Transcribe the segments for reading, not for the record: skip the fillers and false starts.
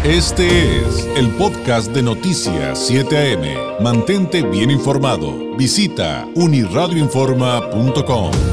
Este es el podcast de Noticias 7 AM. Mantente bien informado. Visita uniradioinforma.com.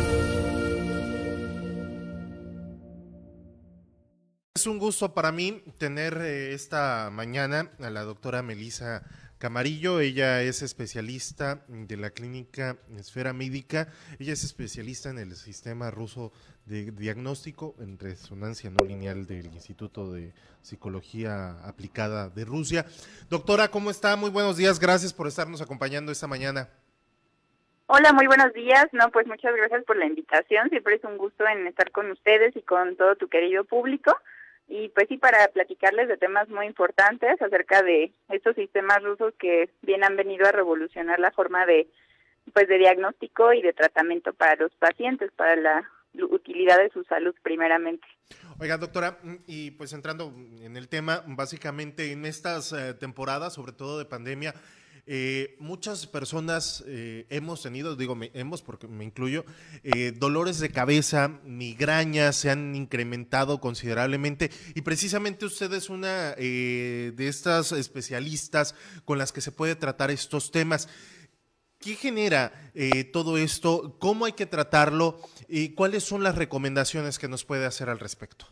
Es un gusto para mí tener esta mañana a la doctora Melissa Camarillo. Ella es especialista de la clínica Esfera Médica. Ella es especialista en el sistema ruso de diagnóstico en resonancia no lineal del Instituto de Psicología Aplicada de Rusia. Doctora, ¿cómo está? Muy buenos días. Gracias por estarnos acompañando esta mañana. Hola, muy buenos días. Pues muchas gracias por la invitación. Siempre es un gusto en estar con ustedes y con todo tu querido público. Y pues sí, para platicarles de temas muy importantes acerca de estos sistemas rusos que bien han venido a revolucionar la forma de diagnóstico y de tratamiento para los pacientes, para la utilidad de su salud primeramente. Oiga, doctora, y pues entrando en el tema, básicamente en estas temporadas, sobre todo de pandemia, muchas personas hemos tenido, hemos porque me incluyo, dolores de cabeza, migrañas se han incrementado considerablemente y precisamente usted es una de estas especialistas con las que se puede tratar estos temas. ¿Qué genera todo esto? ¿Cómo hay que tratarlo? ¿Y cuáles son las recomendaciones que nos puede hacer al respecto?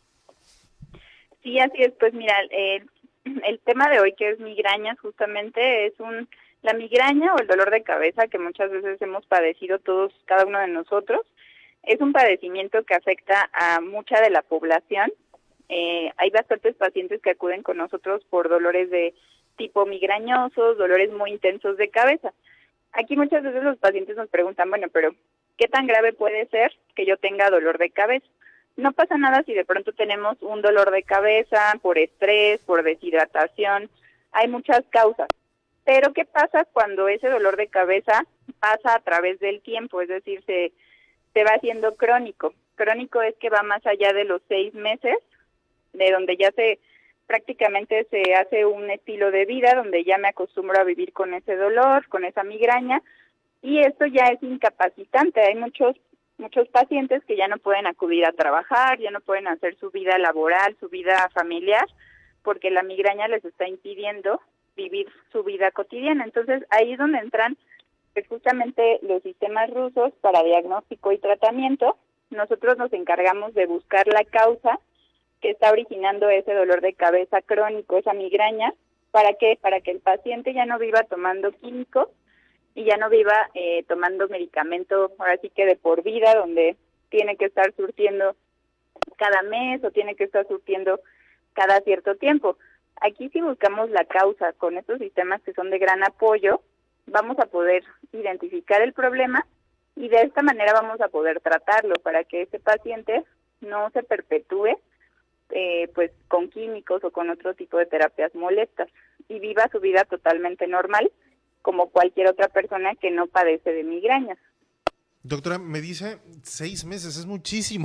Sí, así es. Pues mira, el tema de hoy, que es migrañas, justamente es la migraña o el dolor de cabeza que muchas veces hemos padecido todos, cada uno de nosotros. Es un padecimiento que afecta a mucha de la población. Hay bastantes pacientes que acuden con nosotros por dolores de tipo migrañosos, dolores muy intensos de cabeza. Aquí muchas veces los pacientes nos preguntan, bueno, pero ¿qué tan grave puede ser que yo tenga dolor de cabeza? No pasa nada si de pronto tenemos un dolor de cabeza por estrés, por deshidratación, hay muchas causas. Pero ¿qué pasa cuando ese dolor de cabeza pasa a través del tiempo? Es decir, se va haciendo crónico. Crónico es que va más allá de los 6 meses, de donde ya prácticamente se hace un estilo de vida, donde ya me acostumbro a vivir con ese dolor, con esa migraña, y esto ya es incapacitante. Hay muchos pacientes que ya no pueden acudir a trabajar, ya no pueden hacer su vida laboral, su vida familiar, porque la migraña les está impidiendo vivir su vida cotidiana. Entonces, ahí es donde entran justamente los sistemas rusos para diagnóstico y tratamiento. Nosotros nos encargamos de buscar la causa que está originando ese dolor de cabeza crónico, esa migraña. ¿Para qué? Para que el paciente ya no viva tomando químicos y ya no viva tomando medicamento, ahora sí que de por vida, donde tiene que estar surtiendo cada mes o tiene que estar surtiendo cada cierto tiempo. Aquí, si buscamos la causa con estos sistemas que son de gran apoyo, vamos a poder identificar el problema y de esta manera vamos a poder tratarlo para que este paciente no se perpetúe pues con químicos o con otro tipo de terapias molestas y viva su vida totalmente normal como cualquier otra persona que no padece de migrañas. Doctora, me dice 6 meses, es muchísimo.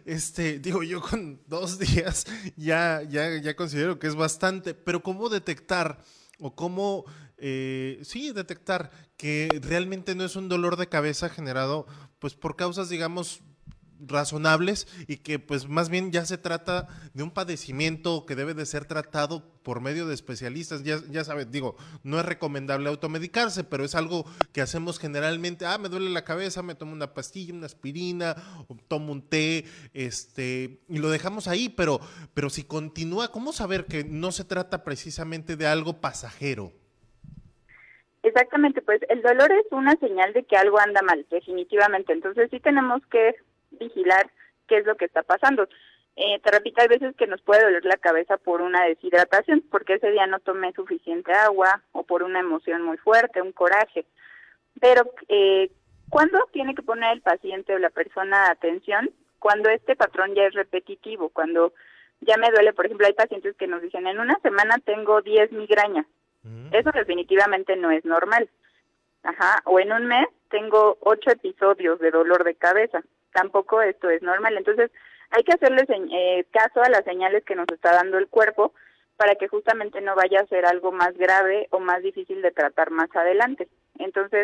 Yo con 2 días ya considero que es bastante, pero ¿cómo detectar o cómo detectar que realmente no es un dolor de cabeza generado pues por causas, digamos, razonables y que pues más bien ya se trata de un padecimiento que debe de ser tratado por medio de especialistas? Ya sabes, no es recomendable automedicarse, pero es algo que hacemos generalmente. Me duele la cabeza, me tomo una pastilla, una aspirina, o tomo un té, y lo dejamos ahí, pero si continúa, ¿cómo saber que no se trata precisamente de algo pasajero? Exactamente, pues el dolor es una señal de que algo anda mal, definitivamente. Entonces sí tenemos que vigilar qué es lo que está pasando. Te repito, hay veces que nos puede doler la cabeza por una deshidratación, porque ese día no tomé suficiente agua, o por una emoción muy fuerte, un coraje. Pero ¿cuándo tiene que poner el paciente o la persona atención? Cuando este patrón ya es repetitivo, cuando ya me duele. Por ejemplo, hay pacientes que nos dicen, en una semana tengo 10 migrañas. Eso definitivamente no es normal. O en un mes tengo 8 episodios de dolor de cabeza. Tampoco esto es normal. Entonces hay que hacerle caso a las señales que nos está dando el cuerpo para que justamente no vaya a ser algo más grave o más difícil de tratar más adelante. Entonces,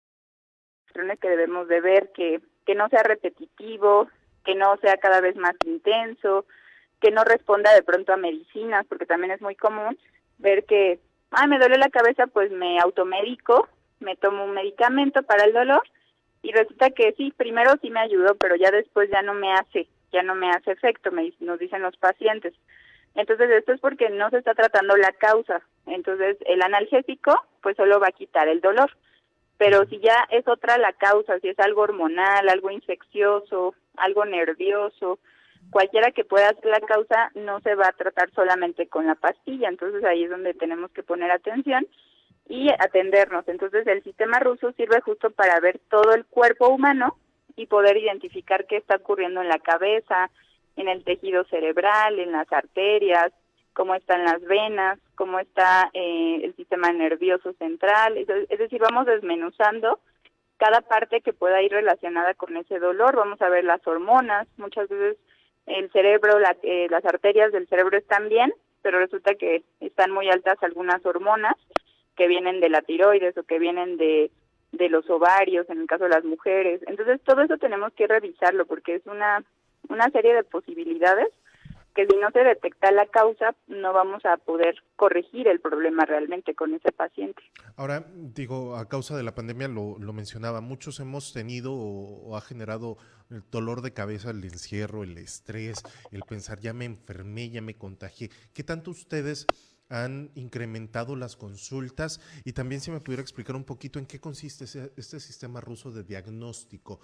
que debemos de ver que no sea repetitivo, que no sea cada vez más intenso, que no responda de pronto a medicinas, porque también es muy común ver que, me duele la cabeza, pues me automedico, me tomo un medicamento para el dolor, y resulta que sí, primero sí me ayudó, pero ya después ya no me hace efecto, nos dicen los pacientes. Entonces esto es porque no se está tratando la causa. Entonces el analgésico pues solo va a quitar el dolor. Pero si ya es otra la causa, si es algo hormonal, algo infeccioso, algo nervioso, cualquiera que pueda ser la causa, no se va a tratar solamente con la pastilla. Entonces ahí es donde tenemos que poner atención y atendernos. Entonces el sistema ruso sirve justo para ver todo el cuerpo humano y poder identificar qué está ocurriendo en la cabeza, en el tejido cerebral, en las arterias, cómo están las venas, cómo está el sistema nervioso central. Es decir, vamos desmenuzando cada parte que pueda ir relacionada con ese dolor. Vamos a ver las hormonas. Muchas veces el cerebro, las arterias del cerebro están bien, pero resulta que están muy altas algunas hormonas que vienen de la tiroides o que vienen de los ovarios, en el caso de las mujeres. Entonces, todo eso tenemos que revisarlo porque es una serie de posibilidades que si no se detecta la causa, no vamos a poder corregir el problema realmente con ese paciente. Ahora, digo, a causa de la pandemia, lo mencionaba, muchos hemos tenido o ha generado el dolor de cabeza, el encierro, el estrés, el pensar, ya me enfermé, ya me contagié. ¿Qué tanto ustedes han incrementado las consultas? Y también si me pudiera explicar un poquito en qué consiste este sistema ruso de diagnóstico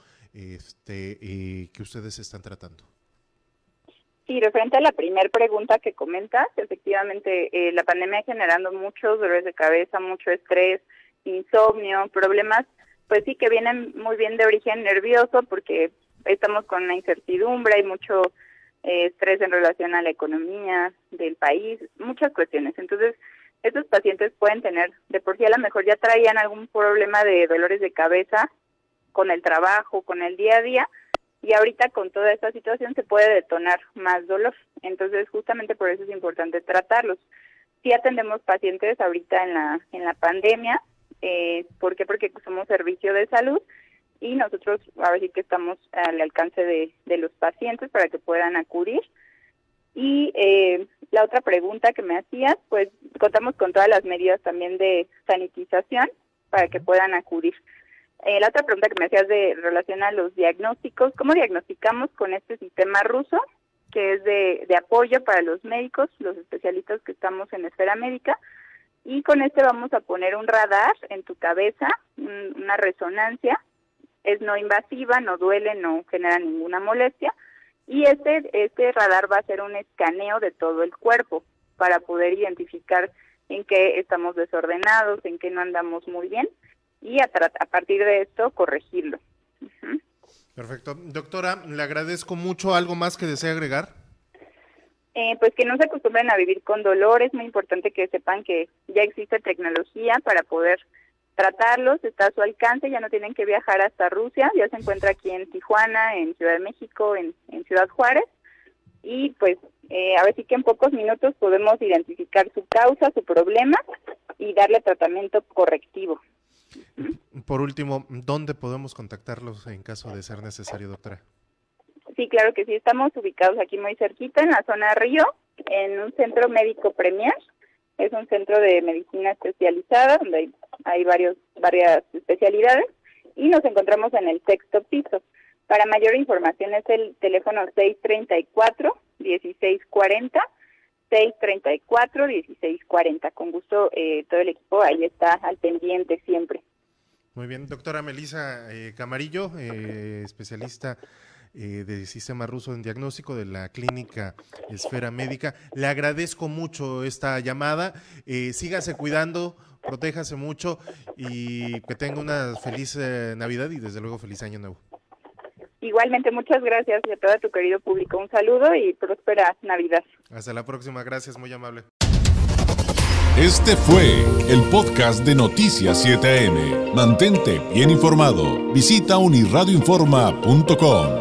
que ustedes están tratando. Sí, referente a la primera pregunta que comentas, efectivamente la pandemia generando muchos dolores de cabeza, mucho estrés, insomnio, problemas, pues sí que vienen muy bien de origen nervioso porque estamos con una incertidumbre, hay mucho estrés en relación a la economía del país, muchas cuestiones. Entonces, estos pacientes pueden tener, de por sí a lo mejor ya traían algún problema de dolores de cabeza con el trabajo, con el día a día, y ahorita con toda esta situación se puede detonar más dolor. Entonces, justamente por eso es importante tratarlos. Sí atendemos pacientes ahorita en la pandemia. ¿Por qué? Porque somos servicio de salud y nosotros ahora sí que estamos al alcance de los pacientes para que puedan acudir. Y la otra pregunta que me hacías, pues contamos con todas las medidas también de sanitización para que puedan acudir. La otra pregunta que me hacías de relación a los diagnósticos, ¿cómo diagnosticamos con este sistema ruso, que es de apoyo para los médicos, los especialistas que estamos en esfera médica? Y con este vamos a poner un radar en tu cabeza, una resonancia, es no invasiva, no duele, no genera ninguna molestia, y este radar va a hacer un escaneo de todo el cuerpo para poder identificar en qué estamos desordenados, en qué no andamos muy bien, y a partir de esto corregirlo. Uh-huh. Perfecto. Doctora, le agradezco mucho. ¿Algo más que desea agregar? Pues que no se acostumbren a vivir con dolor. Es muy importante que sepan que ya existe tecnología para poder tratarlos, está a su alcance, ya no tienen que viajar hasta Rusia, ya se encuentra aquí en Tijuana, en Ciudad de México, en Ciudad Juárez, y pues a ver si que en pocos minutos podemos identificar su causa, su problema, y darle tratamiento correctivo. Por último, ¿dónde podemos contactarlos en caso de ser necesario, doctora? Sí, claro que sí, estamos ubicados aquí muy cerquita, en la zona Río, en un centro médico Premier. Es un centro de medicina especializada, donde hay varias especialidades, y nos encontramos en el 6º piso. Para mayor información es el teléfono 634-1640, 634-1640. Con gusto, todo el equipo ahí está al pendiente siempre. Muy bien, doctora Melissa Camarillo, especialista de sistema ruso en diagnóstico de la clínica Esfera Médica. Le agradezco mucho esta llamada. Sígase cuidando, protéjase mucho y que tenga una feliz Navidad y desde luego feliz Año Nuevo. Igualmente, muchas gracias a todo tu querido público. Un saludo y próspera Navidad. Hasta la próxima. Gracias, muy amable. Este fue el podcast de Noticias 7am. Mantente bien informado. Visita unirradioinforma.com.